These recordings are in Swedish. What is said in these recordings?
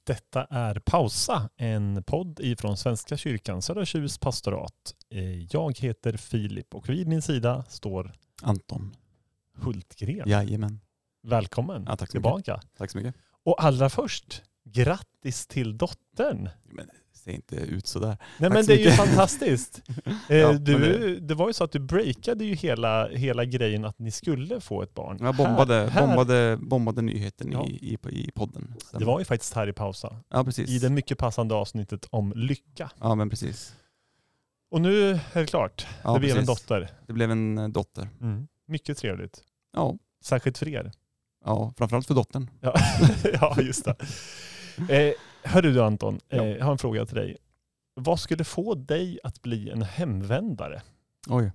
Detta är Pausa, en podd ifrån Svenska kyrkan Södertjus pastorat. Jag heter Filip och vid min sida står Anton Hultgren. Jajamän. Välkommen Ja, tack så tillbaka. Mycket. Tack så mycket. Och allra först, grattis till dottern. Men ser inte ut så där. Nej, men så det är ju mycket. fantastiskt. Ja, det var ju så att du breakade ju hela grejen att ni skulle få ett barn. Jag bombade nyheten Ja. i podden. Det var ju faktiskt här i Pausa. Ja, precis. I det mycket passande avsnittet om lycka. Ja, men precis. Och nu är det klart. Ja, det blev en precis. dotter. Det blev en dotter. Mycket trevligt. Ja. Särskilt för er. Ja, framförallt för dottern. Ja, ja just det. Hörru du Anton, jag har en fråga till dig. Vad skulle få dig att bli en hemvändare? Oj.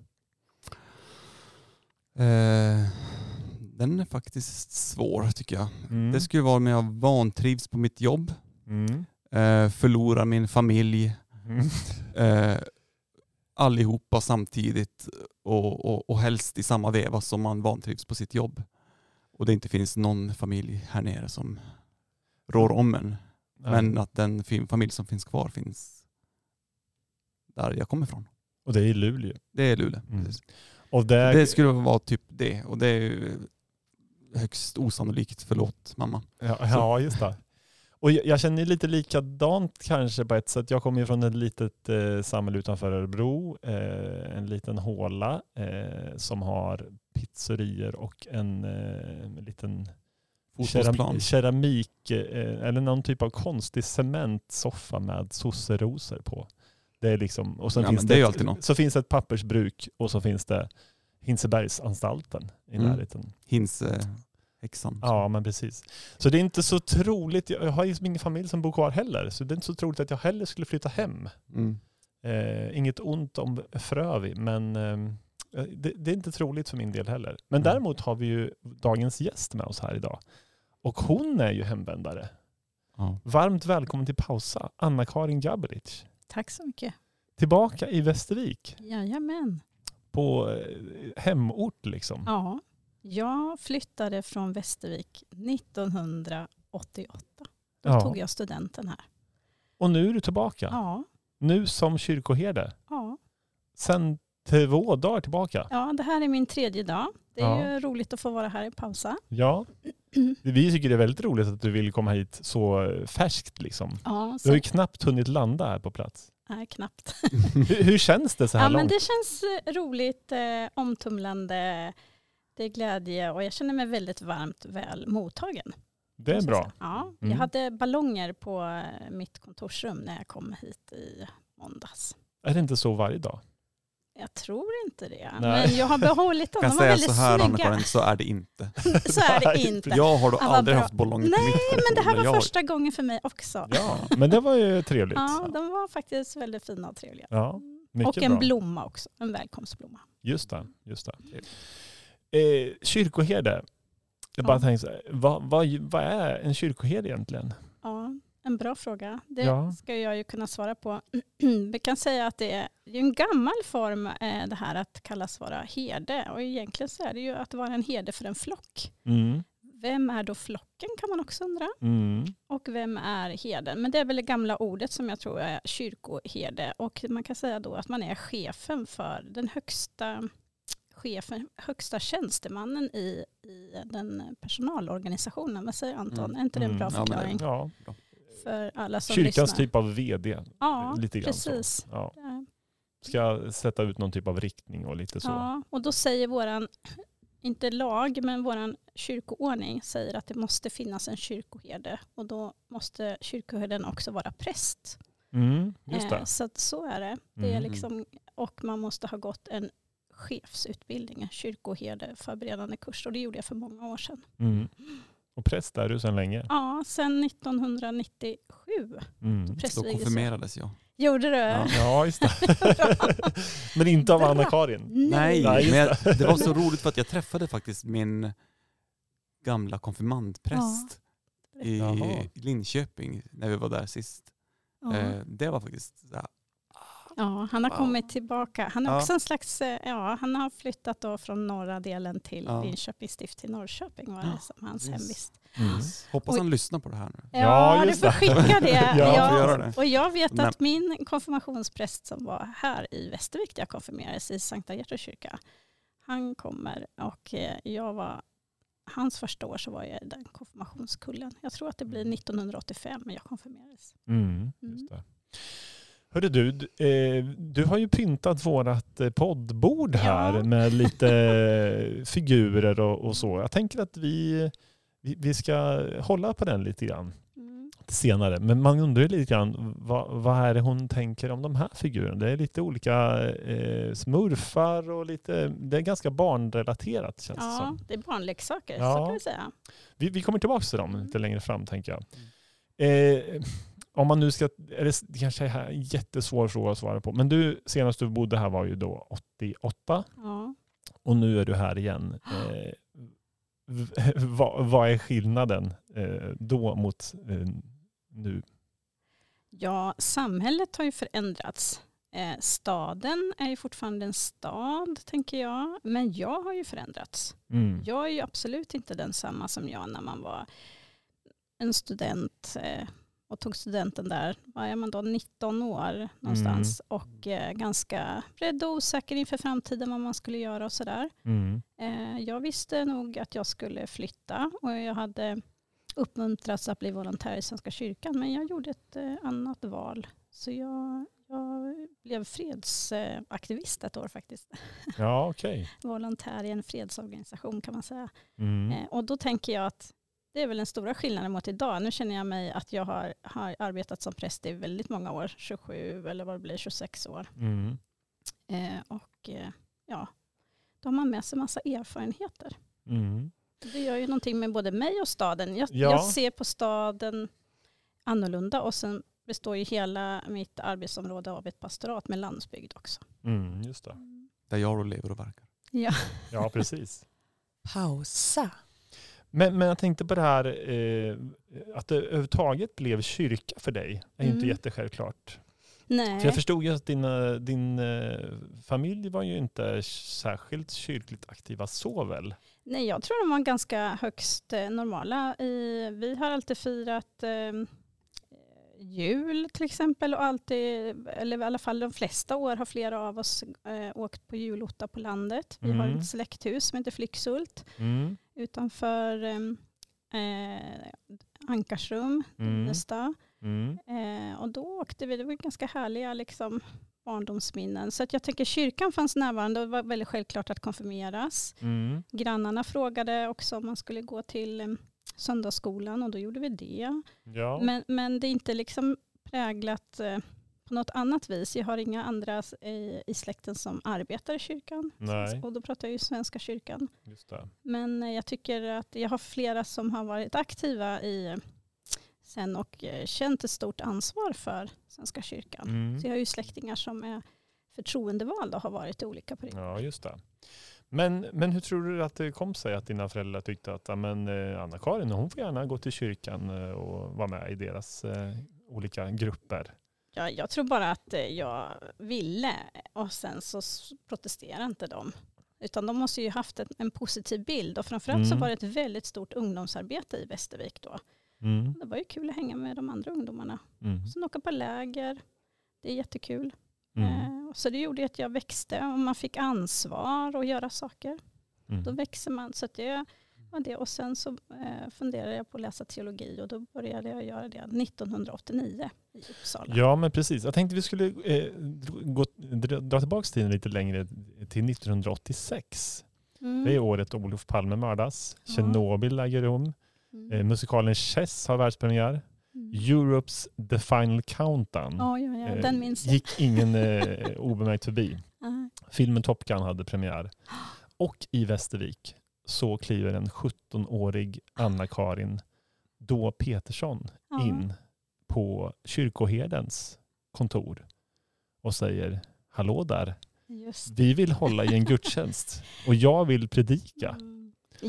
Den är faktiskt svår tycker jag. Det skulle vara om jag vantrivs på mitt jobb. Förlorar min familj. Allihopa samtidigt och helst i samma veva som man vantrivs på sitt jobb. Och det inte finns någon familj här nere som rår om en. Men att den familj som finns kvar finns där jag kommer ifrån. Och det är i Luleå. Det är Luleå. Och det skulle vara typ det. Och det är ju högst osannolikt. Förlåt mamma. Ja, just det. Och jag känner lite likadant kanske på ett sätt. Jag kommer ju från ett litet samhälle utanför Örebro. En liten håla som har pizzerier och en liten keramik eller någon typ av konstig cementsoffa med sosserosor på. Det är liksom, och sen så finns det ett pappersbruk och så finns det Hinsebergsanstalten i närheten. Häxan. Ja, men precis. Så det är inte så troligt. Jag har liksom ingen familj som bor kvar heller. Så det är inte så troligt att jag heller skulle flytta hem. Inget ont om Frövi, men det är inte troligt för min del heller. Men däremot har vi ju dagens gäst med oss här idag. Och hon är ju hemvändare. Ja. Varmt välkommen till Pausa, Anna-Karin Gabelic. Tack så mycket. Tillbaka i Västervik. Jajamän. På hemort liksom. Ja. Jag flyttade från Västervik 1988. Då tog jag studenten här. Och nu är du tillbaka? Ja. Nu som kyrkoherde? Ja. Sen 2 dagar tillbaka? Ja, det här är min 3:e dag. Det är ju roligt att få vara här i Pausa. Ja. Vi tycker det är väldigt roligt att du vill komma hit så färskt liksom. Ja, du har ju knappt hunnit landa här på plats. Nej, knappt. Hur känns det så här långt? Men det känns roligt, omtumlande. Det är glädje och jag känner mig väldigt varmt väl mottagen. Det är bra. Ja, jag hade ballonger på mitt kontorsrum när jag kom hit i måndags. Är det inte så varje dag? Jag tror inte det. Nej. Men jag har behållit dem. Jag de kan var säga väldigt så här, snygga. Anna-Karin, så är det inte. Så är det inte. Jag har aldrig haft ballonger på mitt kontor. Nej, men det här var första gången för mig också. Ja, men det var ju trevligt. Ja, de var faktiskt väldigt fina och trevliga. Ja, mycket och en bra. blomma också. En välkomstblomma. Just det. Kyrkoherde. Jag bara tänkte, vad är en kyrkoherde egentligen? Ja, en bra fråga. Det ska jag ju kunna svara på. Vi kan säga att det är en gammal form det här att kallas vara herde. Och egentligen så är det ju att vara en herde för en flock. Vem är då flocken kan man också undra. Och vem är herden? Men det är väl det gamla ordet som jag tror är kyrkoherde. Och man kan säga då att man är chefen för den högsta tjänstemannen i den personalorganisationen. Vad säger Anton? Är inte det en bra förklaring? Ja. För alla som Kyrkans lyssnar. typ av vd. Ja, lite grann precis. Så. Ja. Ska sätta ut någon typ av riktning och lite så. Ja, och då säger våran, inte lag, men våran kyrkoordning säger att det måste finnas en kyrkoherde. Och då måste kyrkoherden också vara präst. Just det. Så är det. Det är liksom, och man måste ha gått en chefsutbildning, en kyrkoherde förberedande kurs. Och det gjorde jag för många år sedan. Och präst är du sedan länge? Ja, sedan 1997. Då konfirmerades jag. Gjorde du? Ja, just det. Men inte av Anna-Karin. Nej, men det var så roligt för att jag träffade faktiskt min gamla konfirmandpräst i Linköping när vi var där sist. Det var faktiskt så här, Ja, han har kommit tillbaka. Han är också en slags, han har flyttat då från norra delen till Linköping stift till Norrköping var det som hans hemvist. Hoppas han lyssnar på det här nu. Ja, du får skicka det. Göra det. Och jag vet att min konfirmationspräst som var här i Västervik där jag konfirmerades i Sankta Gertruds kyrka, han kommer och hans första år så var jag i den konfirmationskullen. Jag tror att det blir 1985 när jag konfirmerades. Just det. Hörde du har ju pyntat vårat poddbord här med lite figurer och så. Jag tänker att vi ska hålla på den lite grann senare. Men man undrar lite grann vad är det hon tänker om de här figurerna. Det är lite olika smurfar och det är ganska barnrelaterat känns det som. Det är barnleksaker så kan vi säga. Vi kommer tillbaka till dem lite längre fram tänker jag. Om man nu ska, det kanske är en jättesvår fråga att svara på. Men senast du bodde här var ju då 88. Ja. Och nu är du här igen. Vad är skillnaden då mot nu? Ja, samhället har ju förändrats. Staden är ju fortfarande en stad, tänker jag. Men jag har ju förändrats. Jag är ju absolut inte densamma som jag när man var en student och tog studenten där. Var är man då 19 år någonstans och ganska rädd och osäker inför framtiden vad man skulle göra och sådär. Jag visste nog att jag skulle flytta och jag hade uppmuntrats att bli volontär i Svenska kyrkan, men jag gjorde ett annat val. Så jag blev fredsaktivist ett år faktiskt. Ja, okej. Volontär i en fredsorganisation kan man säga. Och då tänker jag att det är väl den stora skillnaden mot idag. Nu känner jag mig att jag har arbetat som präst i väldigt många år. 27 eller vad det blir, 26 år. Då har man med sig massa erfarenheter. Det gör ju någonting med både mig och staden. Jag ser på staden annorlunda och sen består ju hela mitt arbetsområde av ett pastorat med landsbygd också. Just det. Där jag lever och verkar. Ja, precis. Pausa. Men jag tänkte på det här att det överhuvudtaget blev kyrka för dig är ju inte jättesjälvklart. Nej. För jag förstod ju att din familj var ju inte särskilt kyrkligt aktiva så väl? Nej, jag tror de var ganska högst normala. Vi har alltid firat jul till exempel och alltid, eller i alla fall de flesta år har flera av oss åkt på julotta på landet. Vi har ett släkthus som heter Flyxhult utanför Ankarsrum nästa. Och då åkte vi, det var ganska härliga liksom, barndomsminnen. Så att jag tänker kyrkan fanns närvarande och det var väldigt självklart att konfirmeras. Grannarna frågade också om man skulle gå till söndagsskolan och då gjorde vi det. Ja. Men det är inte liksom präglat på något annat vis. Jag har inga andra i släkten som arbetar i kyrkan. Nej. Och då pratar jag ju Svenska kyrkan. Just det. Men jag tycker att jag har flera som har varit aktiva sen och känt ett stort ansvar för Svenska kyrkan. Så jag har ju släktingar som är förtroendevalda och har varit i olika perioder. Ja, just det. Men hur tror du att det kom sig att dina föräldrar tyckte att Anna-Karin, hon får gärna gå till kyrkan och vara med i deras olika grupper? Ja, jag tror bara att jag ville och sen så protesterade inte de. Utan de måste ju haft en positiv bild och framförallt så var det ett väldigt stort ungdomsarbete i Västervik då. Det var ju kul att hänga med de andra ungdomarna. Sen åka på läger, det är jättekul. Så det gjorde att jag växte och man fick ansvar och göra saker. Då växer man. Så det var det. Och sen så funderade jag på att läsa teologi och då började jag göra det 1989 i Uppsala. Ja, men precis. Jag tänkte vi skulle dra tillbaka tiden lite längre till 1986. Det är året Olof Palme mördas. Tjernobyl äger rum. Musikalen Chess har världspremiär. Europe's The Final Countdown. Den minns jag. Gick ingen obemärkt förbi. Filmen Top Gun hade premiär. Och i Västervik så kliver en 17-årig Anna-Karin då Petersson in på kyrkoherdens kontor och säger: hallå där. Vi vill hålla i en gudstjänst och jag vill predika.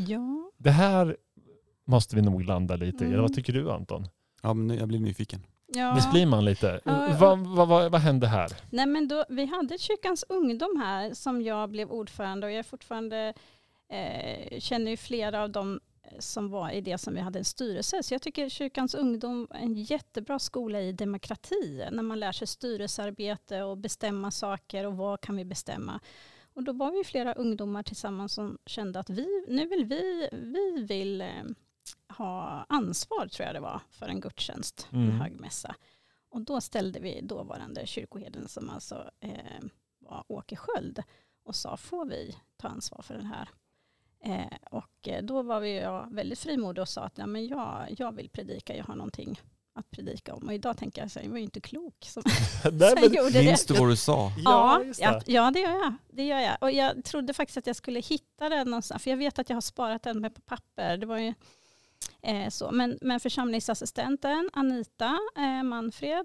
Det här måste vi nog landa lite i. Vad tycker du, Anton? Ja, men jag blir nyfiken. Ja. Visst blir man lite. Vad hände här? Nej, men vi hade Kyrkans ungdom här som jag blev ordförande, och jag är fortfarande känner ju flera av dem som var i det som vi hade en styrelse. Så jag tycker Kyrkans ungdom är en jättebra skola i demokrati. När man lär sig styrelsearbete och bestämma saker och vad kan vi bestämma. Och då var vi flera ungdomar tillsammans som kände att vi vill ha ansvar, tror jag det var, för en gudstjänst, en högmässa. Och då ställde vi dåvarande kyrkoherden som alltså var Åke Sköld och sa, får vi ta ansvar för den här? Och då var jag väldigt frimodig och sa att jag vill predika, jag har någonting att predika om. Och idag tänker jag att jag var ju inte klok som gjorde minns du vad du sa? Ja, det gör jag. Och jag trodde faktiskt att jag skulle hitta den någonstans, för jag vet att jag har sparat den med på papper. Det var ju så. Men församlingsassistenten Anita Manfred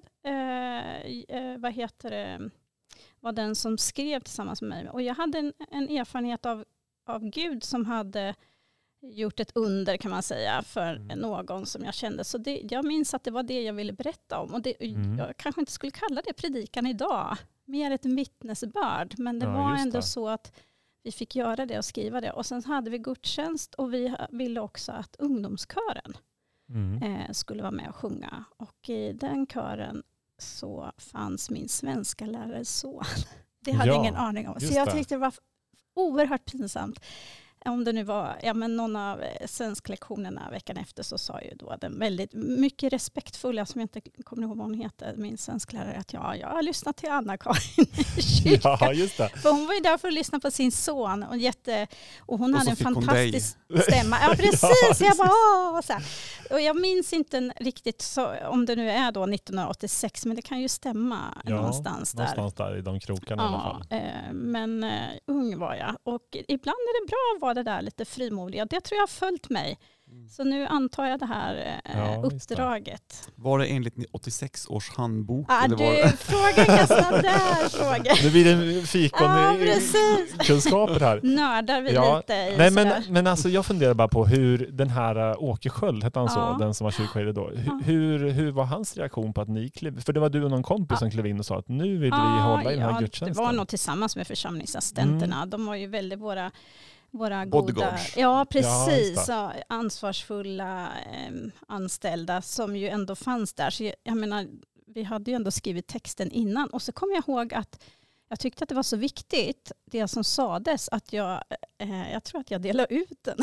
var den som skrev tillsammans med mig. Och jag hade en erfarenhet av Gud som hade gjort ett under, kan man säga, för någon som jag kände. Så jag minns att det var det jag ville berätta om. Och jag kanske inte skulle kalla det predikan idag. Mer ett vittnesbörd. Men det var ändå så att vi fick göra det och skriva det. Och sen hade vi gudstjänst, och vi ville också att ungdomskören skulle vara med och sjunga. Och i den kören så fanns min svenska lärares son. Det hade jag ingen aning om. Så jag tyckte det var oerhört pinsamt. Om det nu var någon av svensklektionerna veckan efter, så sa ju då den väldigt mycket respektfulla, som jag inte kommer ihåg vad hon heter, min svensklärare, att jag har lyssnat till Anna-Karin i kyrkan. Ja, just det. För hon var ju där för att lyssna på sin son och hon hade en fantastisk stämma. Ja, precis. Jag bara, så här. Och jag minns inte riktigt om det nu är då 1986, men det kan ju stämma någonstans där. Någonstans där i de krokarna i alla fall. Men ung var jag. Och ibland är det bra att vara det där lite frimodiga. Det tror jag har följt mig. Så nu antar jag det här uppdraget. Var det enligt 86 års handbok? Frågar ganska där frågor. Nu blir det fikonkunskaper här. Nördar vi lite i. Nej, men alltså jag funderar bara på hur den här Åke Sköld, hette han så, den som var kyrkoherde då. Hur var hans reaktion på att ni klev? För det var du och någon kompis som klev in och sa att nu vill vi hålla i den här gudstjänsten. Det var nog tillsammans med församlingsassistenterna. De var ju väldigt våra goda, precis, ansvarsfulla anställda som ju ändå fanns där. Så jag menar, vi hade ju ändå skrivit texten innan, och så kom jag ihåg att jag tyckte att det var så viktigt, det som sades, att jag tror att jag delade ut den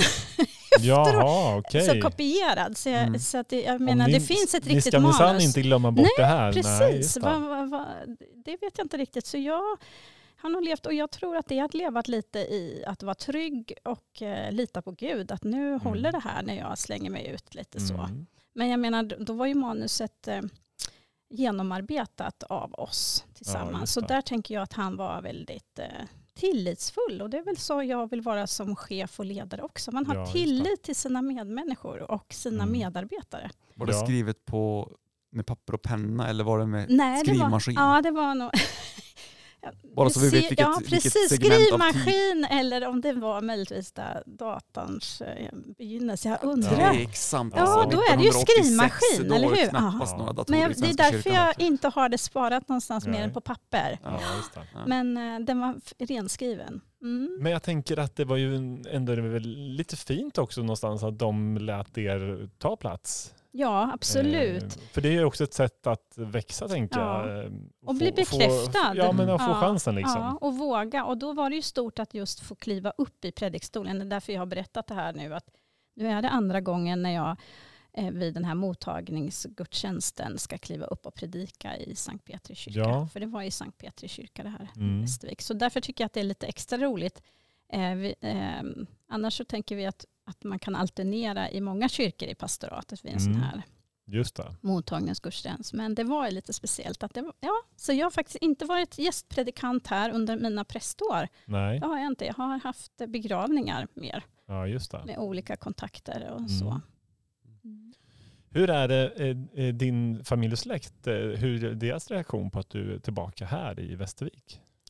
så kopierad. Så att jag menar, det finns ett riktigt manus. Ni ska inte glömma bort det här. Precis. Det vet jag inte riktigt. Så jag har nog levt, och jag tror att det har levat lite i att vara trygg och lita på Gud. Att nu håller det här när jag slänger mig ut lite så. Men jag menar, då var ju manuset genomarbetat av oss tillsammans. Så där tänker jag att han var väldigt tillitsfull. Och det är väl så jag vill vara som chef och ledare också. Man har tillit till sina medmänniskor och sina medarbetare. Var det skrivet med papper och penna, eller var det med skrivmaskin? Det var nog... Bara så vi vet vilket skrivmaskin, eller om det var möjligtvis där datorns begynnelse. Jag undrar. Exakt. Då är det ju skrivmaskin, eller hur? Men det är därför jag inte har det sparat någonstans mer än på papper. Men den var renskriven. Men jag tänker att det var ju ändå lite fint också någonstans att de lät er ta plats. Ja, absolut. För det är ju också ett sätt att växa, tänker jag. Och bli bekräftad. Men få chansen liksom. Ja, och våga. Och då var det ju stort att just få kliva upp i predikstolen. Det är därför jag har berättat det här nu. Att nu är det andra gången när jag vid den här mottagningsgudstjänsten ska kliva upp och predika i Sankt Petri kyrka. Ja. För det var i Sankt Petri kyrka det här i Västervik. Så därför tycker jag att det är lite extra roligt. Annars så tänker vi att man kan alternera i många kyrkor i pastoratet vid en sån här mottagningsgudstjänst. Men det var lite speciellt. Att så jag har faktiskt inte varit gästpredikant här under mina prästår. Nej. Det har jag inte. Jag har haft begravningar mer. Ja, just det. Med olika kontakter och så. Hur är det din familj och släkt? Hur är deras reaktion på att du är tillbaka här i Västervik?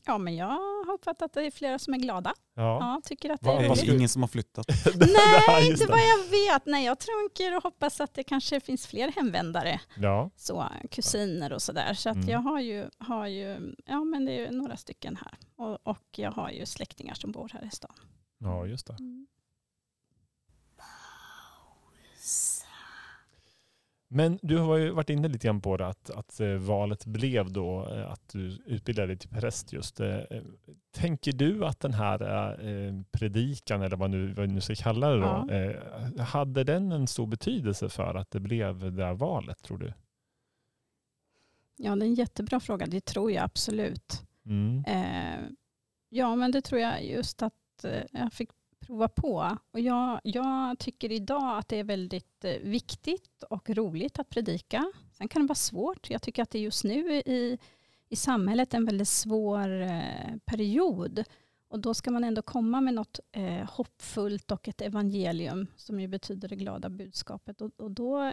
Ja, men jag har uppfattat att det är flera som är glada. Ja. Tycker att det är Det roligt. är ingen som har flyttat. Nej, Just det var jag vet. Nej, jag tänker och hoppas att det kanske finns fler hemvändare. Ja. Så kusiner och sådär. Så att jag har ju, ja men det är några stycken här. Och jag har ju släktingar som bor här i stan. Ja, just det. Men du har ju varit inne lite grann på det att valet blev då att du utbildade dig till präst just. Tänker du att den här predikan eller vad vi nu ska kalla det då, hade den en stor betydelse för att det blev det här valet, tror du? Ja, det är en jättebra fråga. Det tror jag absolut. Ja, men det tror jag just att jag fick prova på. Och jag tycker idag att det är väldigt viktigt och roligt att predika. Sen kan det vara svårt. Jag tycker att det just nu i samhället är en väldigt svår period. Och då ska man ändå komma med något hoppfullt och ett evangelium som ju betyder det glada budskapet. Och då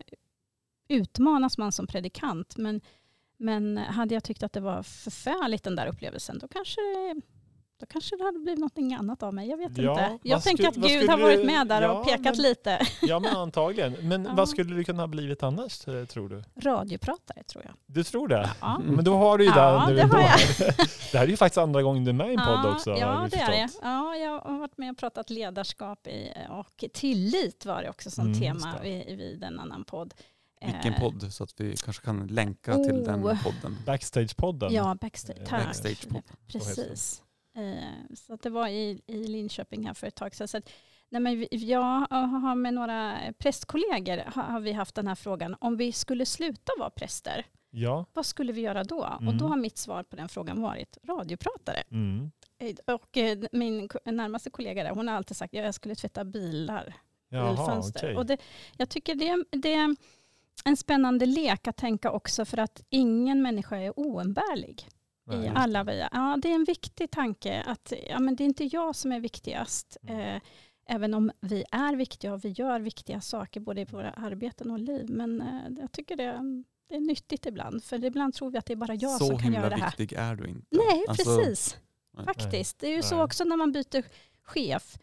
utmanas man som predikant. Men hade jag tyckt att det var förfärligt den där upplevelsen, då kanske det hade blivit något annat av mig. Jag vet inte. Jag tänker att Gud har varit med där och pekat lite. Ja, men antagligen. Men vad skulle det kunna ha blivit annars, tror du? Radiopratare, tror jag. Du tror det? Ja. Men då har du ju där nu. Det har jag. Det här är ju faktiskt andra gången du är med i en podd också. Ja, det är det. Ja, jag har varit med och pratat ledarskap och tillit var det också som tema vid en annan podd. Vilken podd, så att vi kanske kan länka till den podden. Backstage-podden. Ja, Backstage-podden. Precis. Så att det var i Linköping här för ett tag sedan. Så att, jag har med några prästkollegor har vi haft den här frågan. Om vi skulle sluta vara präster, vad skulle vi göra då? Och då har mitt svar på den frågan varit radiopratare. Och min närmaste kollega där, hon har alltid sagt att jag skulle tvätta bilfönster. Okay. Och jag tycker det är en spännande lek att tänka också, för att ingen människa är oumbärlig. Det är en viktig tanke att men det är inte jag som är viktigast. Även om vi är viktiga och vi gör viktiga saker både i våra arbeten och liv. Men jag tycker det är nyttigt ibland. För ibland tror vi att det är bara jag som kan göra det här. Så himla viktig är du inte. Nej, precis. Faktiskt. Det är ju så också när man byter chef.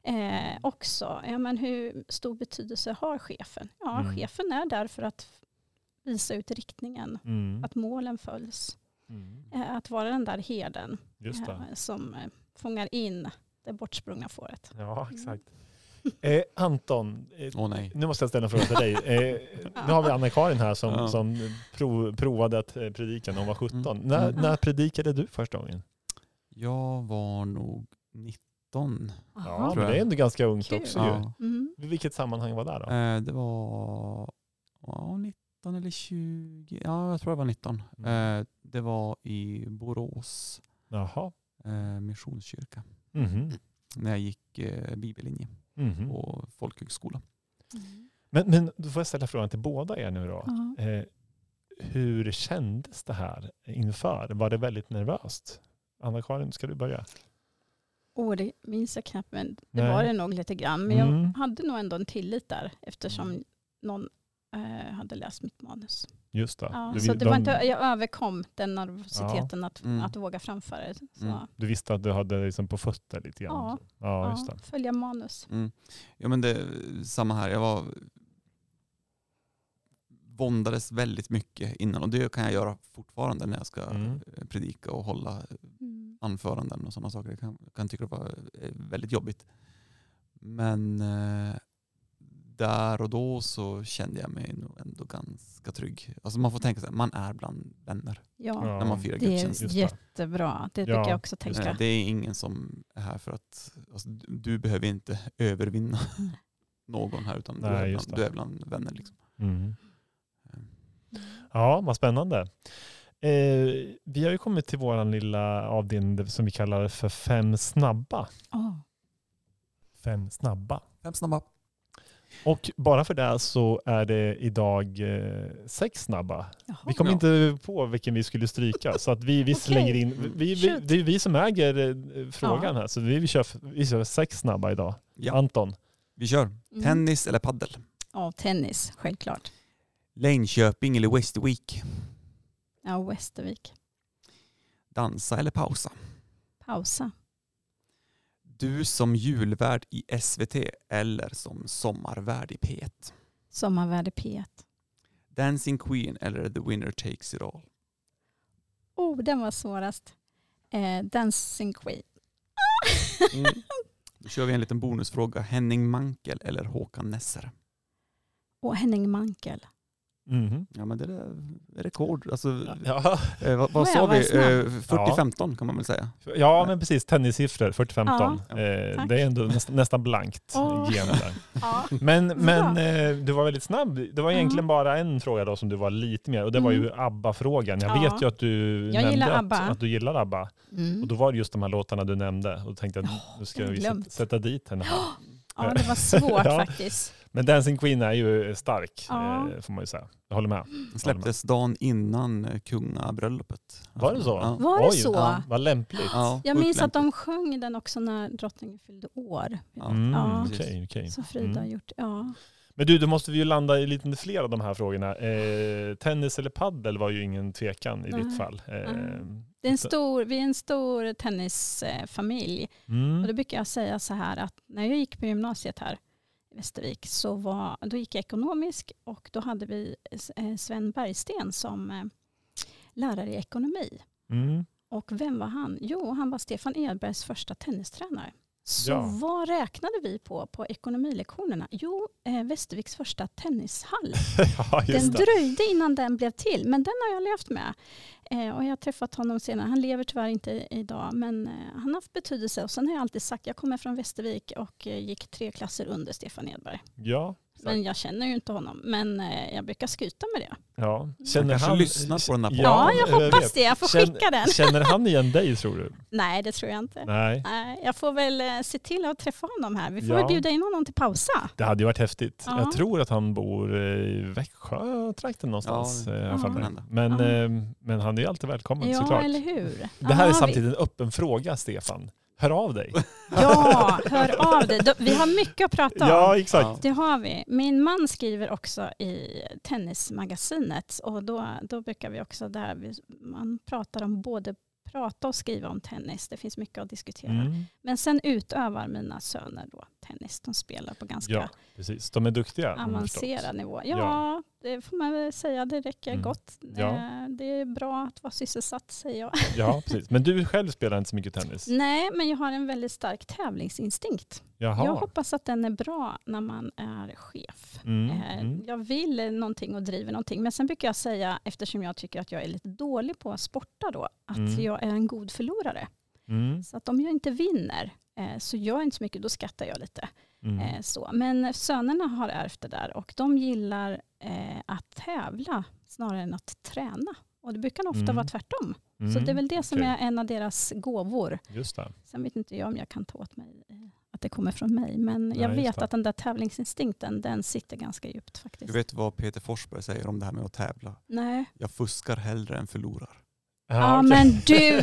Också. Men hur stor betydelse har chefen? Chefen är där för att visa ut riktningen. Att målen följs. Att vara den där herden som fångar in det bortsprungna fåret. Ja, exakt. Anton, nu måste jag ställa en fråga till dig. Nu har vi Anna-Karin här som provade att predika när hon var 17. När predikade du första gången? Jag var nog 19. Ja, men det är ändå ganska ungt också. Ja. I vilket sammanhang var det då? Det var 19 eller 20. Ja, jag tror det var 19. Det var i Borås. Jaha. Missionskyrka. När jag gick bibellinje på folkhögskola. Men då får jag ställa frågan till båda er nu då. Hur kändes det här inför? Var det väldigt nervöst? Anna-Karin, ska du börja? Det minns jag knappt, men det var det nog lite grann. Men jag hade nog ändå en tillit där, eftersom någon hade läst mitt manus. Just det. Ja, så det var inte, jag överkom den nervositeten att våga framföra det. Så. Du visste att du hade liksom på fötter lite grann. Ja, just det. Följa manus. Ja, men det samma här. Jag våndades väldigt mycket innan, och det kan jag göra fortfarande när jag ska predika och hålla anföranden och sådana saker. Jag kan tycka det var väldigt jobbigt. Men där och då så kände jag mig nog ändå ganska trygg. Alltså man får tänka sig, man är bland vänner när man firar gudstjänst. Det är jättebra. Det brukar jag också tänka. Det är ingen som är här för att du behöver inte övervinna någon här, utan du är bland vänner. Liksom. Ja, vad spännande. Vi har ju kommit till vår lilla avdelning som vi kallar för 5 snabba. 5 snabba. 5 snabba. Och bara för det så är det idag 6 snabba. Jaha. Vi kom inte på vilken vi skulle stryka, så att vi slänger in. Det är vi som äger frågan här, så vi kör 6 snabba idag. Ja. Anton. Vi kör. Tennis eller paddel? Ja, tennis, självklart. Linköping eller Västervik? Ja, Västervik. Dansa eller pausa? pausa. Du som julvärd i SVT eller som sommarvärd i P1? Sommarvärd i P1. Dancing Queen eller The Winner Takes It All? Den var svårast. Dancing Queen. Då kör vi en liten bonusfråga. Henning Mankell eller Håkan Nesser? Och Henning Mankell. Ja, men det är rekord. Alltså, vad Men sa jag var vi? snabb. 40-15 kan man väl säga. Ja, men precis. Tennissiffror, 40-15. Ja, det är ändå nästan blankt gen där. Ja. Men du var väldigt snabb. Det var egentligen bara en fråga då som du var lite mer. Och det var ju ABBA-frågan. Jag vet ju att du nämnde att du gillar ABBA. Och då var det just de här låtarna du nämnde. Och då tänkte jag nu ska vi sätta dit henne här. Ja, det var svårt faktiskt. Men Dancing Queen är ju stark, får man ju säga. Jag håller med. Den släpptes dagen innan kungabröllopet. Var det så? Ja. Var det så? Ja, vad lämpligt. Ja, jag minns att de sjöng den också när drottningen fyllde år. Okej. Så Frida har gjort, Men du, då måste vi ju landa i lite fler av de här frågorna. Tennis eller paddel var ju ingen tvekan i ditt fall. Vi är en stor tennisfamilj. Och då brukar jag säga så här att när jag gick på gymnasiet här i Västervik då gick jag ekonomisk och då hade vi Sven Bergsten som lärare i ekonomi. Och vem var han? Jo, han var Stefan Edbergs första tennistränare. Så vad räknade vi på ekonomilektionerna? Jo, Västerviks första tennishall. Den dröjde innan den blev till, men den har jag levt med. Och jag har träffat honom senare. Han lever tyvärr inte idag, men han har haft betydelse. Och sen har jag alltid sagt, jag kommer från Västervik och gick 3 klasser under Stefan Edberg. Ja. Men jag känner ju inte honom. Men jag brukar skryta med det. Ja. Känner han lyssnar på den här podden? Ja, jag hoppas det. Jag får skicka den. Känner han igen dig, tror du? Nej, det tror jag inte. Nej. Jag får väl se till att träffa honom här. Vi får väl bjuda in honom till pausa. Det hade ju varit häftigt. Ja. Jag tror att han bor i Växjö-trakten någonstans. Men han är ju alltid välkommen, såklart. Ja, eller hur? Det här är samtidigt en öppen fråga, Stefan. Hör av dig. Ja, hör av dig. Vi har mycket att prata om. Ja, exakt. Det har vi. Min man skriver också i Tennismagasinet. Och då brukar vi också man pratar om både prata och skriva om tennis. Det finns mycket att diskutera. Men sen utövar mina söner då tennis. De spelar på ganska precis. De är duktiga, avancerad nivå. Ja, det får man väl säga. Det räcker gott. Ja. Det är bra att vara sysselsatt, säger jag. Ja, precis. Men du själv spelar inte så mycket tennis? Nej, men jag har en väldigt stark tävlingsinstinkt. Jaha. Jag hoppas att den är bra när man är chef. Jag vill någonting och driver någonting. Men sen brukar jag säga, eftersom jag tycker att jag är lite dålig på att sporta då, att jag är en god förlorare. Så att om jag inte vinner så gör jag inte så mycket, då skattar jag lite. Så. Men sönerna har ärvt det där och de gillar att tävla snarare än att träna. Och det brukar ofta vara tvärtom. Så det är väl det som är en av deras gåvor. Just det. Sen vet inte jag om jag kan ta åt mig att det kommer från mig. Men jag vet att den där tävlingsinstinkten, den sitter ganska djupt faktiskt. Du vet vad Peter Forsberg säger om det här med att tävla? Nej. Jag fuskar hellre än förlorar. Ja, men du,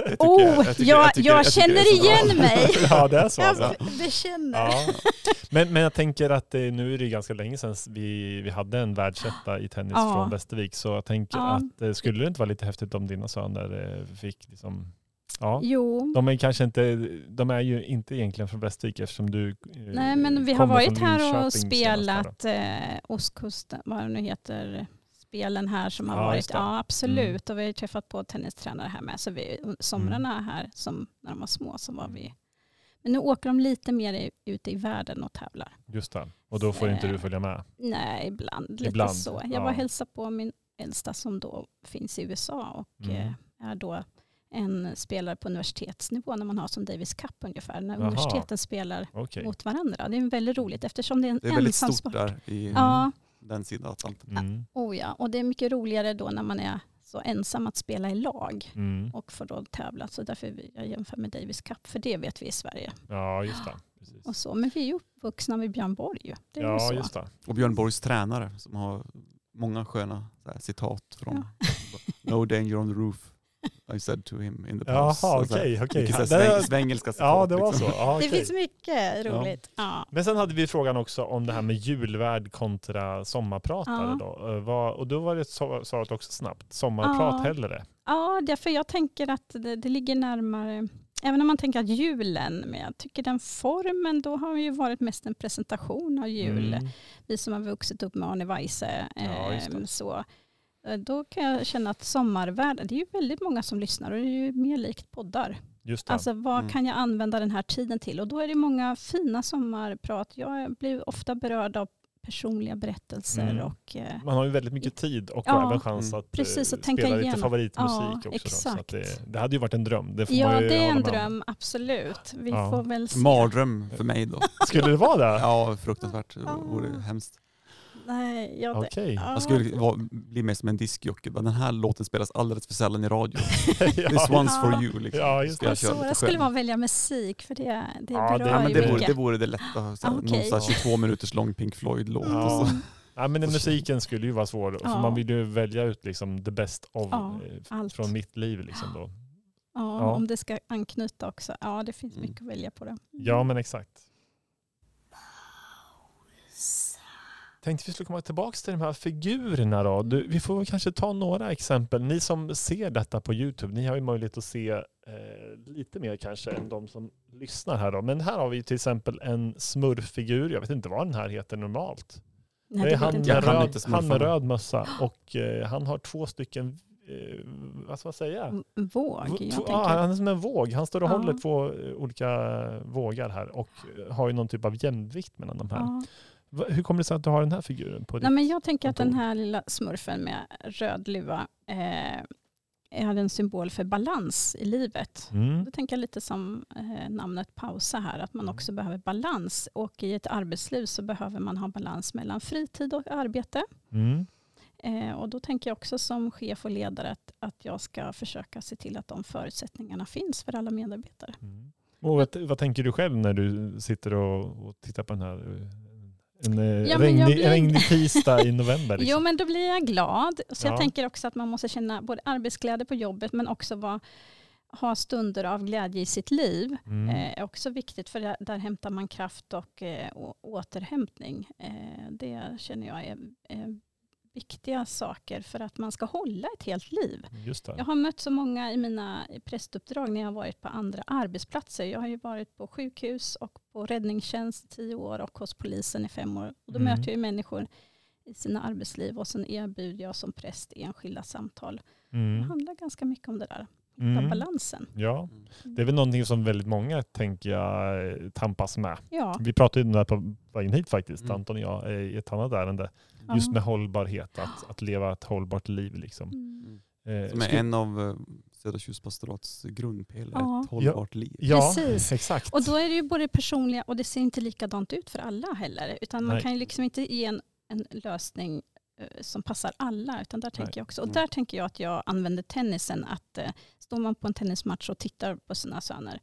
jag känner igen mig. Ja, det är så. Det känner. Ja. Men jag tänker att nu är det ganska länge sedan vi hade en världsetta i tennis från Västervik. Så jag tänker att skulle det inte vara lite häftigt om dina söner fick liksom... Ja, jo. De är ju inte egentligen från Västervik eftersom du... Nej, men vi har varit här och spelat Ostkusten, vad det nu heter... spelen här som har varit. Ja, absolut. Och vi har träffat på tennistränare här med. Så somrarna här, som när de var små, så var vi... Men nu åker de lite mer ute i världen och tävlar. Just det. Och då får inte du följa med? Nej, ibland. Så. Jag var hälsa på min äldsta som då finns i USA och är då en spelare på universitetsnivå när man har som Davis Cup ungefär. När universiteten spelar mot varandra. Det är väldigt roligt eftersom det är en ensam sport. Det är väldigt stort där i... den sidan Atlanten. Och det är mycket roligare då när man är så ensam att spela i lag och får då tävla. Så därför jag jämför med Davis Cup, för det vet vi i Sverige. Ja, just det. Precis. Och så, men vi är ju uppvuxna med Björn Borg. Det är så. Just det. Och Björn Borgs tränare som har många sköna citat från No danger on the roof. I said to him in the past. Jaha, okej. Svengelska citat. Ja, det var så. Ja, det finns mycket roligt. Ja. Men sen hade vi frågan också om det här med julvärd kontra sommarpratare. Då. Och då var det svarat också snabbt. Sommarprat hellre. Ja, därför jag tänker att det ligger närmare Även om man tänker att julen, men jag tycker den formen, då har ju varit mest en presentation av jul. Vi som har vuxit upp med Arne Weise. Så, då kan jag känna att sommarvärlden, det är ju väldigt många som lyssnar och det är ju mer likt poddar. Just det. Alltså vad kan jag använda den här tiden till? Och då är det många fina sommarprat. Jag blir ofta berörd av personliga berättelser. Och, man har ju väldigt mycket tid och även chans att spela lite favoritmusik också. Exakt. Så att det hade ju varit en dröm. Det får ja, man ju det är en dröm, med. Absolut. Vi får väl se. Mardröm för mig då. Skulle det vara det? Ja, fruktansvärt. Det vore hemskt. Nej, jag skulle bli mer som en diskjockey. Den här låten spelas alldeles för sällan i radio. This one's for you. Liksom. Ja, just det. Jag skulle vara välja musik för det berör ju mycket. Det vore det lätta. Någon 22 minuters lång Pink Floyd-låt. Ja, men den musiken skulle ju vara svår. För man vill ju välja ut liksom the best of från mitt liv. Liksom då. Ja, om det ska anknyta också. Ja, det finns mycket att välja på det. Ja, men exakt. Tänkte vi skulle komma tillbaka till de här figurerna då. Vi får kanske ta några exempel. Ni som ser detta på YouTube, ni har ju möjlighet att se lite mer kanske än de som lyssnar här då. Men här har vi till exempel en smurffigur. Jag vet inte vad den här heter normalt. Nej, det är han med röd mössa och han har 2 stycken vad ska man säga? Våg. Han är som en våg. Han står och håller 2 olika vågar här och har ju någon typ av jämvikt mellan de här. Ja. Hur kommer det sig att du har den här figuren på ditt jag tänker kontor? Att den här lilla smurfen med röd luva är en symbol för balans i livet. Då tänker jag lite som namnet pausa här, att man också behöver balans. Och i ett arbetsliv så behöver man ha balans mellan fritid och arbete. Och då tänker jag också som chef och ledare att jag ska försöka se till att de förutsättningarna finns för alla medarbetare. Och vad tänker du själv när du sitter och tittar på den här en regnig tisdag i november? Liksom? Jo, men då blir jag glad. Så jag tänker också att man måste känna både arbetsglädje på jobbet men också ha stunder av glädje i sitt liv. Är också viktigt, för där hämtar man kraft och återhämtning. Det känner jag är viktiga saker för att man ska hålla ett helt liv. Just det. Jag har mött så många i mina prästuppdrag när jag har varit på andra arbetsplatser. Jag har ju varit på sjukhus och på räddningstjänst i 10 år och hos polisen i 5 år. Och då möter jag ju människor i sina arbetsliv och sen erbjuder jag som präst enskilda samtal. Det handlar ganska mycket om det där. Balansen. Ja, det är väl någonting som väldigt många tänker jag tampas med. Ja. Vi pratade ju om det här på vägen hit faktiskt, Anton och jag, i ett annat ärende. Just med hållbarhet, att leva ett hållbart liv. Liksom. Som är en av Södertjus pastorats grundpelare, ett hållbart liv. Ja, precis. Exakt. Och då är det ju både personliga och det ser inte likadant ut för alla heller. Utan man kan ju liksom inte ge en lösning som passar alla, utan där tänker jag också. Och där tänker jag att jag använder tennisen, att står man på en tennismatch och tittar på sina söner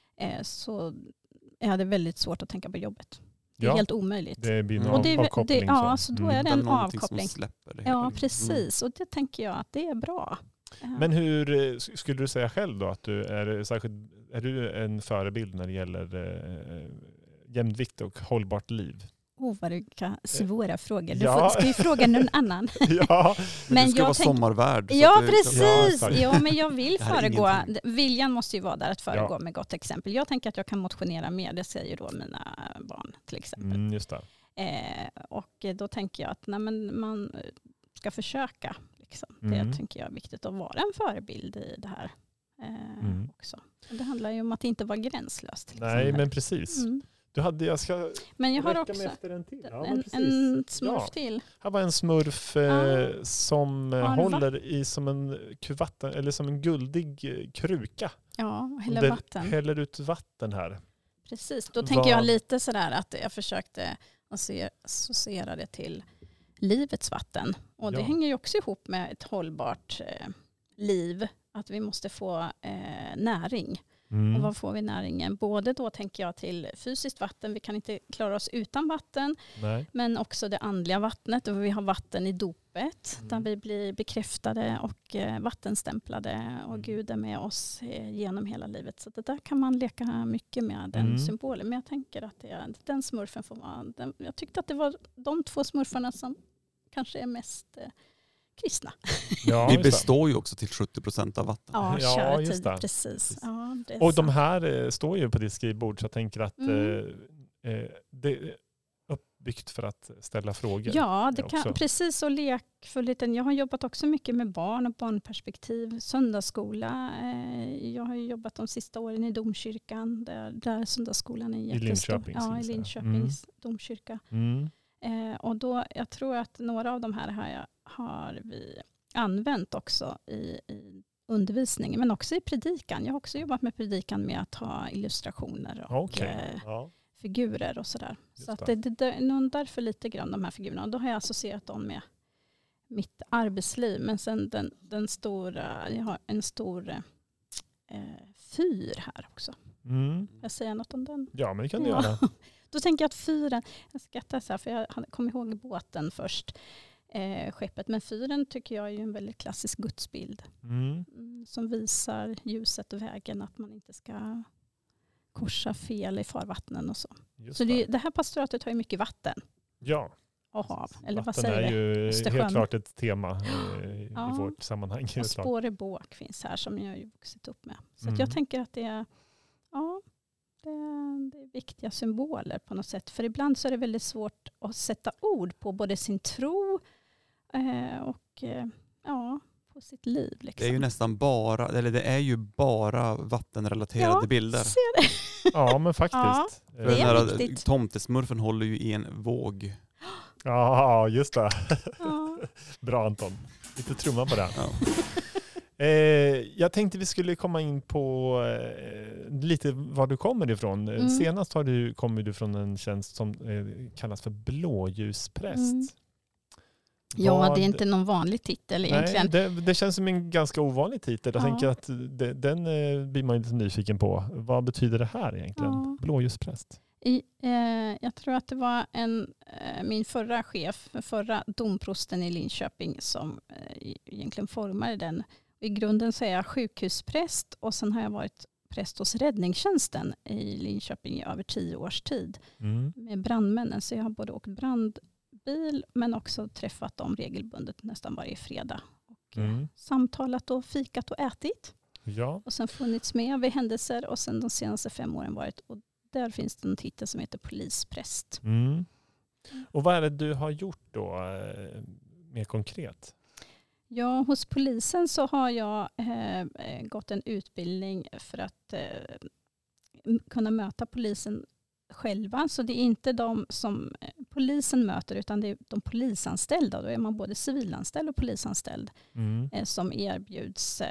så är det väldigt svårt att tänka på jobbet. Det är helt omöjligt. Det blir en avkoppling. Så då är det en avkoppling. Det ja, precis. Och det tänker jag att det är bra. Men hur skulle du säga själv då att du är du en förebild när det gäller jämvikt och hållbart liv? Vilka svåra frågor. Du ska ju fråga någon annan. Men du ska vara sommarvärd. Ja, precis. Men jag vill föregå. Viljan måste ju vara där att föregå med gott exempel. Jag tänker att jag kan motionera mer. Det säger då mina barn till exempel. Just det. Och då tänker jag att man ska försöka. Liksom. Det tänker jag är viktigt att vara en förebild i det här också. Och det handlar ju om att inte vara gränslös. Till exempel. Men precis. Jag ska men jag har också efter en till. En smurf till. Här var en smurf som håller i som en vatten, eller som en guldig kruka. Ja, häller ut vatten här. Precis, då tänker jag lite sådär att jag försökte associera det till livets vatten. Och det hänger ju också ihop med ett hållbart liv. Att vi måste få näring. Och var får vi näringen? Både då tänker jag till fysiskt vatten. Vi kan inte klara oss utan vatten. Nej. Men också det andliga vattnet. Och vi har vatten i dopet. Där vi blir bekräftade och vattenstämplade. Och Gud är med oss genom hela livet. Så det där kan man leka mycket med, den symbolen. Men jag tänker att den smurfen får vara... Jag tyckte att det var de 2 smurfarna som kanske är mest kristna. Ja, vi består ju också till 70% av vatten. Ja, ja just det. Precis. Ja, det och de här står ju på ditt skrivbord, så jag tänker att det är uppbyggt för att ställa frågor. Ja, det kan, precis, och lekfullheten. Jag har jobbat också mycket med barn och barnperspektiv. Söndagsskola. Jag har jobbat de sista åren i domkyrkan, där söndagsskolan är jättestor. I Linköpings domkyrka. Och då, jag tror att några av de här har vi använt också i undervisningen, men också i predikan. Jag har också jobbat med predikan med att ha illustrationer och figurer och sådär. Så att det är nog därför lite grann de här figurerna. Och då har jag associerat dem med mitt arbetsliv. Men sen jag har en stor fyr här också. Jag säger något om den. Ja, men det kan du göra. Då tänker jag att fyren, jag skrattar så här för jag kom ihåg båten först, skeppet. Men fyren tycker jag är en väldigt klassisk gudsbild. Som visar ljuset och vägen, att man inte ska korsa fel i farvattnen och så. Så det här pastoratet har ju mycket vatten. Ja. Och hav. Eller vatten vad säger är ju Östersjön. helt klart ett tema i vårt sammanhang. Och Spårebåk finns här som jag har ju vuxit upp med. Så att jag tänker att det är viktiga symboler på något sätt. För ibland så är det väldigt svårt att sätta ord på både sin tro och på sitt liv. Liksom. Det är ju nästan bara vattenrelaterade bilder. Ser det. Ja, men faktiskt. Ja, det är viktigt. Tomtesmurfen håller ju i en våg. Ja, just det. Ja. Bra Anton. Lite trumma på det. Ja. Jag tänkte vi skulle komma in på lite var du kommer ifrån. Senast kommer du från en tjänst som kallas för blåljuspräst. Ja, det är inte någon vanlig titel egentligen. Nej, det känns som en ganska ovanlig titel. Jag tänker att den blir man lite nyfiken på. Vad betyder det här egentligen? Ja. Blåljuspräst. Jag tror att det var min förra chef, förra domprosten i Linköping som egentligen formade den. I grunden så är jag sjukhuspräst och sen har jag varit präst hos räddningstjänsten i Linköping i över 10 års tid med brandmännen. Så jag har både åkt brandbil men också träffat dem regelbundet nästan varje fredag. Och samtalat och fikat och ätit. Ja. Och sen funnits med vid händelser och sen de senaste 5 åren varit. Och där finns det en titel som heter polispräst. Och vad är det du har gjort då mer konkret? Ja, hos polisen så har jag gått en utbildning för att kunna möta polisen själva. Så det är inte de som polisen möter utan det är de polisanställda. Då är man både civilanställd och polisanställd som erbjuds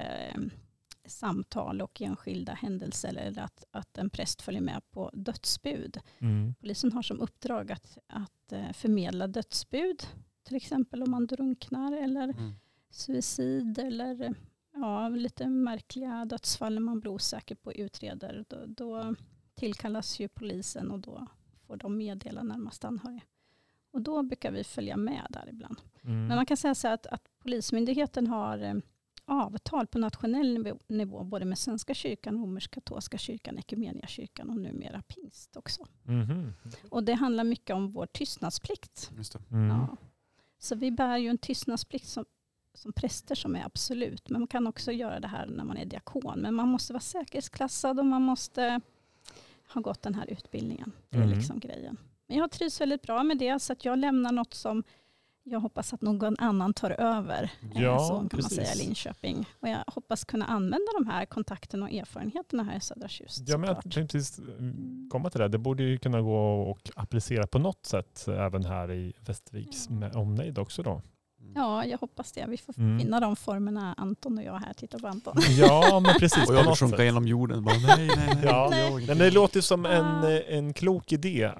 samtal och enskilda händelser eller att en präst följer med på dödsbud. Polisen har som uppdrag att förmedla dödsbud, till exempel om man drunknar eller suicid eller lite märkliga dödsfall när man blir osäker på utreder. Då tillkallas ju polisen och då får de meddela närmast anhöriga. Och då brukar vi följa med där ibland. Men man kan säga så att Polismyndigheten har avtal på nationell nivå både med Svenska kyrkan, Romersk-katolska kyrkan, Ekumeniakyrkan och numera pingst också. Och det handlar mycket om vår tystnadsplikt. Just det. Ja. Så vi bär ju en tystnadsplikt som präster som är absolut. Men man kan också göra det här när man är diakon. Men man måste vara säkerhetsklassad och man måste ha gått den här utbildningen. Det är liksom grejen. Men jag trivs väldigt bra med det så att jag lämnar något som jag hoppas att någon annan tar över. Så kan man säga i Linköping. Och jag hoppas kunna använda de här kontakterna och erfarenheterna här i Södra Tjust. Ja, men jag tänkte precis komma till det. Det borde ju kunna gå och applicera på något sätt även här i Västerviks omnejd också då. Ja, jag hoppas det. Vi får finna de formerna, Anton och jag här. Titta på Anton. Ja, men precis. Och jag vill sjunka genom jorden. Bara, nej. Ja, men det låter som en klok idé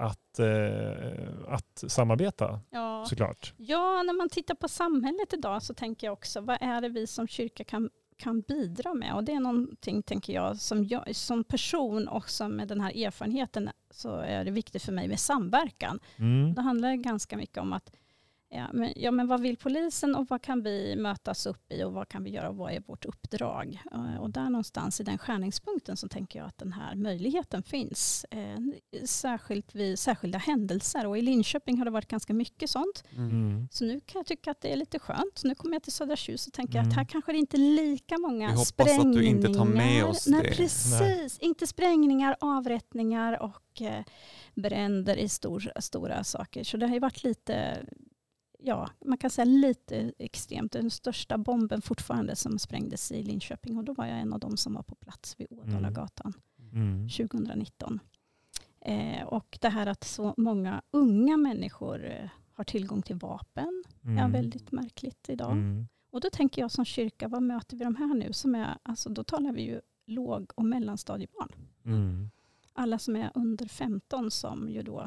att samarbeta, såklart. Ja, när man tittar på samhället idag så tänker jag också, vad är det vi som kyrka kan bidra med? Och det är någonting, tänker jag, som person och med den här erfarenheten så är det viktigt för mig med samverkan. Det handlar ganska mycket om att Men vad vill polisen och vad kan vi mötas upp i och vad kan vi göra och vad är vårt uppdrag? Och där någonstans i den skärningspunkten så tänker jag att den här möjligheten finns. Särskilt vid särskilda händelser, och i Linköping har det varit ganska mycket sånt. Så nu kan jag tycka att det är lite skönt. Nu kommer jag till Södra Tjus och tänker att här kanske det inte är lika många sprängningar. Vi hoppas att du inte tar med oss det. Nej, precis. Inte sprängningar, avrättningar och bränder i stora saker. Så det har ju varit lite... Ja, man kan säga lite extremt. Den största bomben fortfarande som sprängdes i Linköping. Och då var jag en av dem som var på plats vid Ådalagatan 2019. Och det här att så många unga människor har tillgång till vapen är väldigt märkligt idag. Och då tänker jag som kyrka, vad möter vi de här nu? Som är, alltså, då talar vi ju låg- och mellanstadiebarn. Alla som är under 15 som ju då...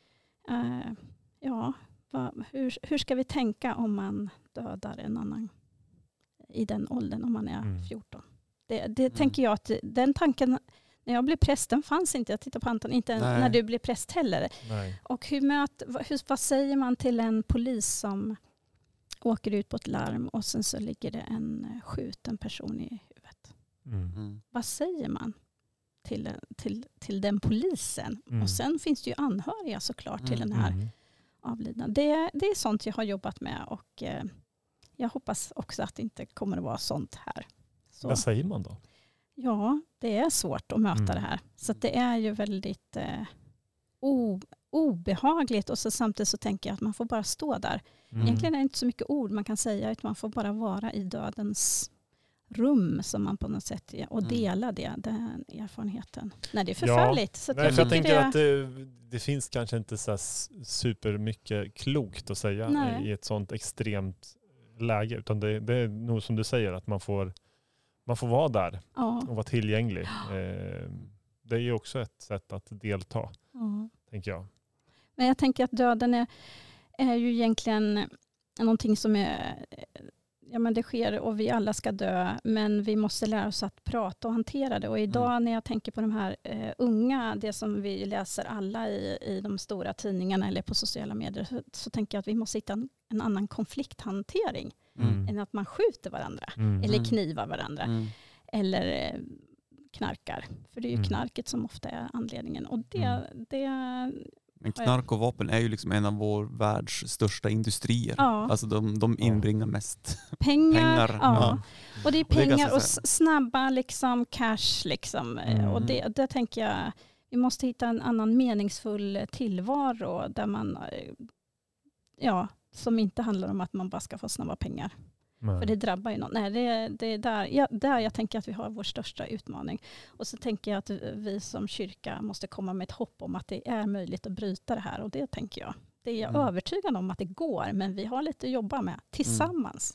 Hur ska vi tänka om man dödar en annan i den åldern om man är 14? Det tänker jag att den tanken, när jag blev präst, den fanns inte. Jag tittar på Anton, inte när du blev präst heller. Nej. Och vad säger man till en polis som åker ut på ett larm och sen så ligger det en skjuten person i huvudet? Vad säger man till den polisen? Och sen finns det ju anhöriga såklart till den här avlidna. Det är sånt jag har jobbat med och jag hoppas också att det inte kommer att vara sånt här. Så. Vad säger man då? Ja, det är svårt att möta det här. Så att det är ju väldigt obehagligt och så samtidigt så tänker jag att man får bara stå där. Egentligen är det inte så mycket ord man kan säga utan man får bara vara i dödens rum som man på något sätt och dela den erfarenheten. Nej, det är förfärligt. Så nej, jag tänker att det finns kanske inte så super mycket klokt att säga i ett sånt extremt läge, utan det är nog som du säger att man får vara där och vara tillgänglig. Det är ju också ett sätt att delta, tänker jag. Men jag tänker att döden är ju egentligen någonting som är... Ja, men det sker och vi alla ska dö, men vi måste lära oss att prata och hantera det. Och idag när jag tänker på de här unga, det som vi läser alla i de stora tidningarna eller på sociala medier, så tänker jag att vi måste hitta en annan konflikthantering än att man skjuter varandra eller knivar varandra eller knarkar. För det är ju knarket som ofta är anledningen. Och men knark och vapen är ju liksom en av vår världs största industrier. Ja. Alltså de inbringar mest pengar. Ja. Och det är pengar och snabba liksom, cash. Liksom. Och det tänker jag, vi måste hitta en annan meningsfull tillvaro där man, som inte handlar om att man bara ska få snabba pengar. För det drabbar ju någon. Nej, det är där jag tänker att vi har vår största utmaning. Och så tänker jag att vi som kyrka måste komma med ett hopp om att det är möjligt att bryta det här. Och det tänker jag. Det är jag övertygad om att det går. Men vi har lite att jobba med tillsammans.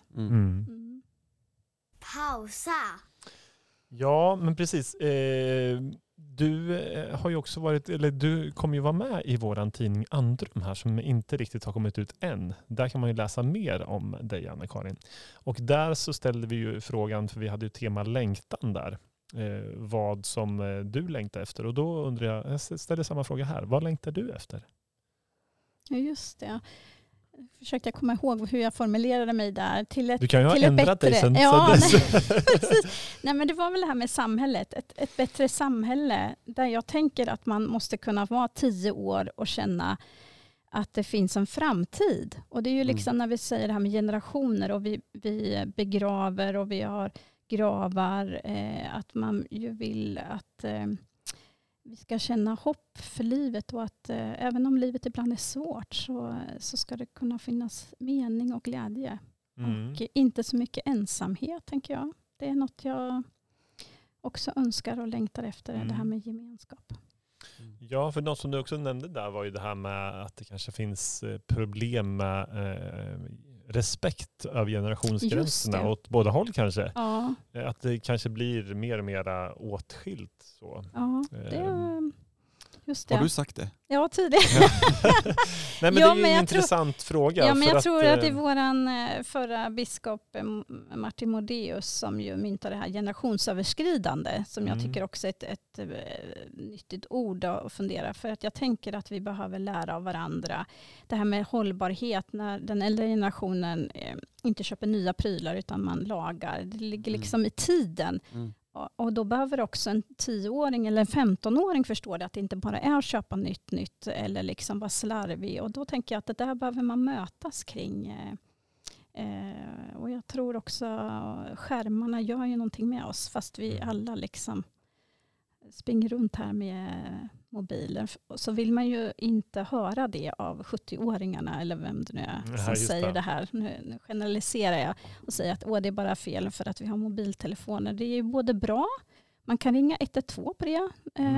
Pausa. Ja, men precis. Du har ju också du kommer ju vara med i våran tidning Andrum här som inte riktigt har kommit ut än. Där kan man ju läsa mer om dig, Anna-Karin. Och där så ställde vi ju frågan, för vi hade ju tema längtan där. Vad som du längtar efter. Och då undrar jag ställer samma fråga här. Vad längtar du efter? Ja, just det. Försökte jag komma ihåg hur jag formulerade mig där. Du kan ju ha ändrat dig sen. Ja, nej, men det var väl det här med samhället. Ett bättre samhälle där jag tänker att man måste kunna vara 10 år och känna att det finns en framtid. Och det är ju liksom när vi säger det här med generationer och vi begraver och vi har gravar. Att man ju vill att... vi ska känna hopp för livet och att även om livet ibland är svårt så ska det kunna finnas mening och glädje. Och inte så mycket ensamhet, tänker jag. Det är något jag också önskar och längtar efter, det här med gemenskap. Ja, för något som du också nämnde där var ju det här med att det kanske finns problem med respekt över generationsgränserna åt båda håll kanske. Ja. Att det kanske blir mer och mer åtskilt. Så. Ja, just det. Har du sagt det? Ja, tidigare. Nej, men det är ju en intressant fråga. Ja, men jag tror att det är våran förra biskop Martin Modéus som ju myntade det här generationsöverskridande, som jag tycker också är ett nyttigt ord att fundera. För att jag tänker att vi behöver lära av varandra. Det här med hållbarhet, när den äldre generationen inte köper nya prylar utan man lagar. Det ligger liksom i tiden. Och då behöver också en 10-åring eller en 15-åring förstå det, att det inte bara är att köpa nytt eller liksom vara slarvig. Och då tänker jag att det där behöver man mötas kring. Och jag tror också skärmarna gör ju någonting med oss, fast vi alla liksom springer runt här med mobiler. Så vill man ju inte höra det av 70-åringarna eller vem det nu är som säger det här. Nu generaliserar jag och säger att det är bara fel för att vi har mobiltelefoner. Det är ju både bra, man kan ringa 112 på det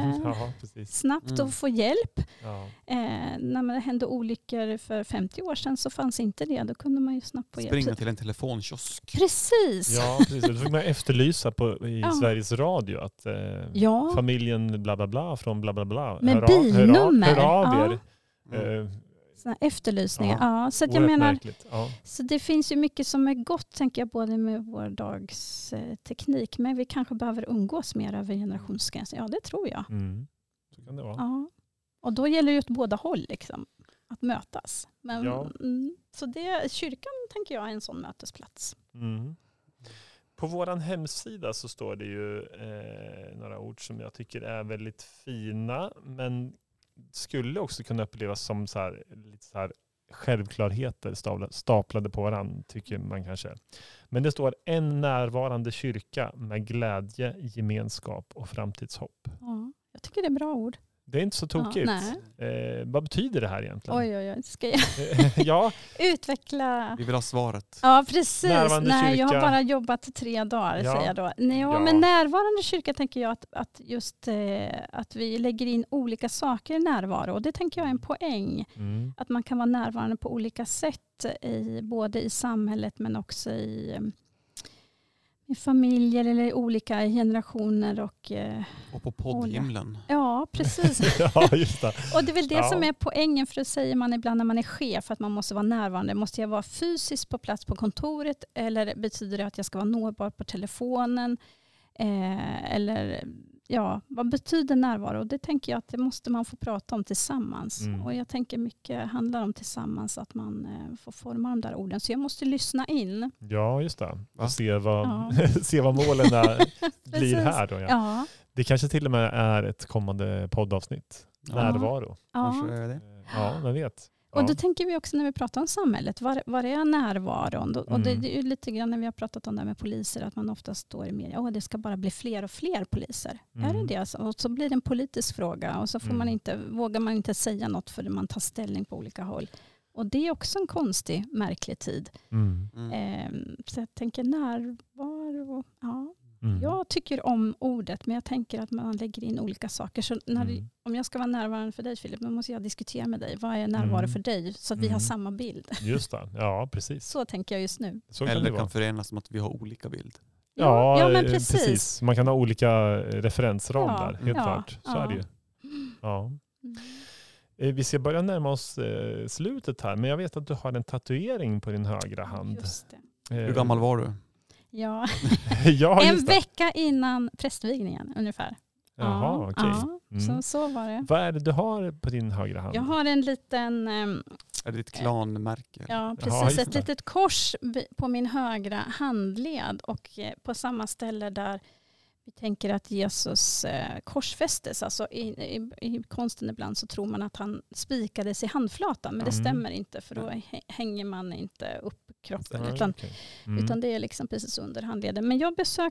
snabbt och få hjälp. Ja. När det hände olyckor för 50 år sedan så fanns inte det. Då kunde man ju snabbt få hjälp. Springa till en telefonkiosk. Precis. Ja, precis. Då fick man efterlysa i Sveriges Radio att familjen bla bla bla från bla bla bla. Med bilnummer. Hör av er. Såna efterlysningar. Ja, så att jag menar, ja. Så det finns ju mycket som är gott, tänker jag, både med vår dags teknik, men vi kanske behöver umgås mer över generationsgränser. Ja, det tror jag. Så kan det vara. Ja. Och då gäller det ju åt båda håll liksom, att mötas. Men, så kyrkan tänker jag är en sån mötesplats. På våran hemsida så står det ju några ord som jag tycker är väldigt fina, men skulle också kunna upplevas som lite så här självklarheter staplade på varann, tycker man kanske. Men det står en närvarande kyrka med glädje, gemenskap och framtidshopp. Ja, jag tycker det är bra ord. Det är inte så tokigt. Vad betyder det här egentligen? Oj. Ska jag utveckla? Vi vill ha svaret. Ja, precis. Nej, jag har bara jobbat 3 dagar, säger jag då. Men närvarande kyrka tänker jag att just att vi lägger in olika saker i närvaro. Och det tänker jag är en poäng. Att man kan vara närvarande på olika sätt, både i samhället men också i familjer eller i olika generationer. Och på poddhimlen. Ja, precis. Just det. Och det är väl det som är poängen, för det säger man ibland när man är chef, att man måste vara närvarande. Måste jag vara fysiskt på plats på kontoret, eller betyder det att jag ska vara nåbar på telefonen? Vad betyder närvaro? Och det tänker jag att det måste man få prata om tillsammans. Och jag tänker mycket handlar om tillsammans, att man får forma de där orden. Så jag måste lyssna in. Ja, just det. Och se vad målen blir här då. Ja. Det kanske till och med är ett kommande poddavsnitt. Närvaro. Kanske är det. Ja, man vet. Och då tänker vi också när vi pratar om samhället, var är närvaron? Och det är ju lite grann när vi har pratat om det här med poliser, att man ofta står i media, det ska bara bli fler och fler poliser. Är det det? Och så blir det en politisk fråga, och så vågar man inte säga något för man tar ställning på olika håll. Och det är också en konstig, märklig tid. Så jag tänker närvaro, Jag tycker om ordet, men jag tänker att man lägger in olika saker. Så om jag ska vara närvarande för dig, Filip, då måste jag diskutera med dig. Vad är närvaro för dig? Så att vi har samma bild. Just det, ja precis. Så tänker jag just nu. Eller kan förenas som att vi har olika bild. Ja, men precis. Man kan ha olika referensramar, helt klart. Så är det ju. Ja. Vi ska börja närma oss slutet här, men jag vet att du har en tatuering på din högra hand. Just det. Hur gammal var du? Ja, en vecka innan prästvigningen ungefär. Jaha, okej. Så var det. Vad är det du har på din högra hand? Jag har en liten... är det ett klanmärke? Ja, precis. Ett litet kors på min högra handled, och på samma ställe där vi tänker att Jesus korsfästes. Alltså i konsten ibland så tror man att han spikades i handflatan, men det stämmer inte, för då hänger man inte upp kroppen, utan det är liksom precis under handleden. Men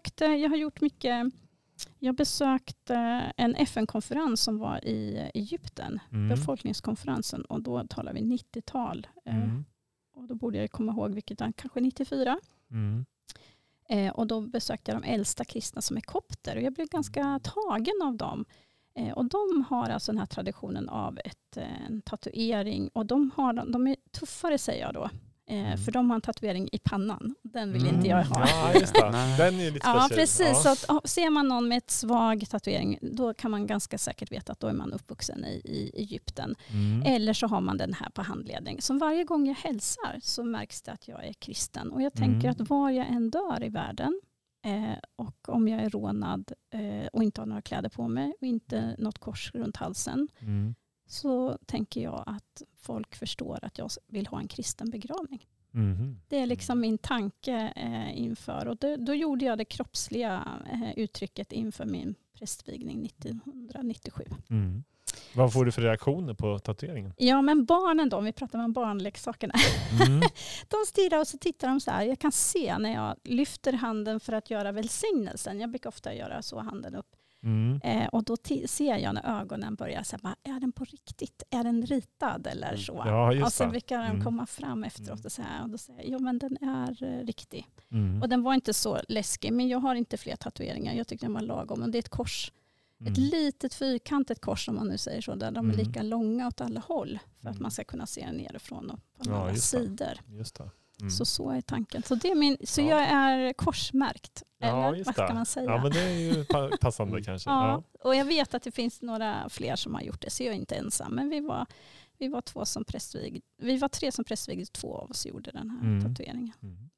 jag besökte en FN-konferens som var i Egypten, befolkningskonferensen, och då talar vi 90-tal. Och då borde jag komma ihåg vilket är, kanske 94. Och då besökte jag de äldsta kristna som är kopter, och jag blev ganska tagen av dem. Och de har alltså den här traditionen av en tatuering, och de är tuffare, säger jag då. För de har en tatuering i pannan. Den vill inte jag ha. Ja, just det. Den är lite speciell. Ja, precis. Så att, ser man någon med ett svag tatuering, då kan man ganska säkert veta att då är man uppvuxen i Egypten. Eller så har man den här på handledning. Så varje gång jag hälsar så märks det att jag är kristen. Och jag tänker att var jag än dör i världen, och om jag är rånad och inte har några kläder på mig och inte något kors runt halsen, så tänker jag att folk förstår att jag vill ha en kristen begravning. Det är liksom min tanke inför. Och då gjorde jag det kroppsliga uttrycket inför min prästvigning 1997. Vad får du för reaktioner på tatueringen? Ja, men barnen då, om vi pratar om barnleksakerna. De stirrar och så tittar de så här. Jag kan se när jag lyfter handen för att göra välsignelsen. Jag brukar ofta göra så, handen upp. Och då ser jag när ögonen börjar säga, är den på riktigt? Är den ritad eller så? Ja, och så brukar den komma fram efteråt och säga, och då säger jag, ja men den är riktig. Och den var inte så läskig, men jag har inte fler tatueringar. Jag tycker den var lagom. Och det är ett kors. Ett litet fyrkantigt kors, om man nu säger så, där de är lika långa åt alla håll för att man ska kunna se nerifrån och på alla sidor. Just det. Så är tanken. Så, det är så jag är korsmärkt. Eller vad ska man säga? Ja, men det är ju passande kanske. Ja. Och jag vet att det finns några fler som har gjort det, så jag är inte ensam. Men vi var 2 som prästvigde. Vi var 3 som prästvigde, 2 av oss gjorde den här tatueringen.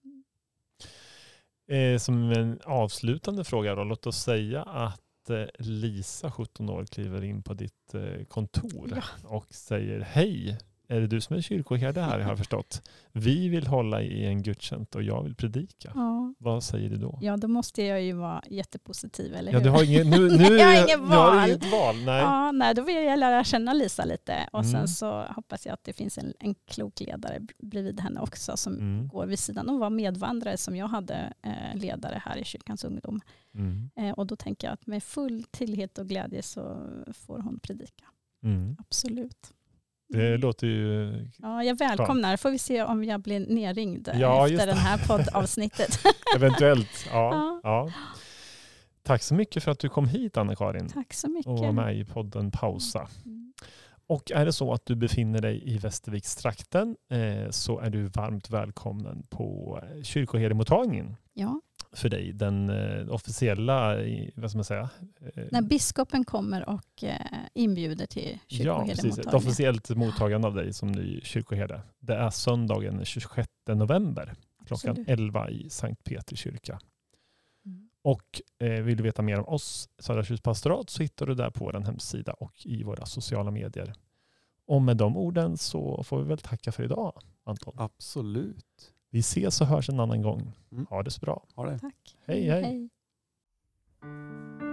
Som en avslutande fråga då, låt oss säga att Lisa, 17 år, kliver in på ditt kontor och säger, hej, är det du som är kyrkoherde här, jag har förstått? Vi vill hålla i en gudstjänst och jag vill predika. Ja. Vad säger du då? Ja, då måste jag ju vara jättepositiv, eller hur? Ja, du har ingen, nu jag har inget val. Jag har inget val. Nej. Ja, nej, då vill jag lära känna Lisa lite. Och sen så hoppas jag att det finns en klok ledare bredvid henne också som går vid sidan och var medvandrare som jag hade ledare här i Kyrkans ungdom. Och då tänker jag att med full tillhet och glädje så får hon predika. Absolut. Det låter ju... Ja, jag välkomnar. Får vi se om jag blir nerringd efter den här poddavsnittet. Eventuellt, ja. Tack så mycket för att du kom hit, Anna-Karin. Tack så mycket. Och var med i podden Pausa. Och är det så att du befinner dig i Västervikstrakten så är du varmt välkommen på kyrkoherdemottagningen. Ja. För dig, den officiella, vad ska man säga? När biskopen kommer och inbjuder till kyrkoherdemottagningen. Ja, precis. Ett officiellt mottagande av dig som ny kyrkoherde. Det är söndagen den 26 november klockan 11 i Sankt Petri kyrka. Och vill du veta mer om oss, Södra Kyrks pastorat, så hittar du där på vår hemsida och i våra sociala medier. Och med de orden så får vi väl tacka för idag, Anton. Absolut. Vi ses och hörs en annan gång. Ha det så bra. Ha det. Tack. Hej.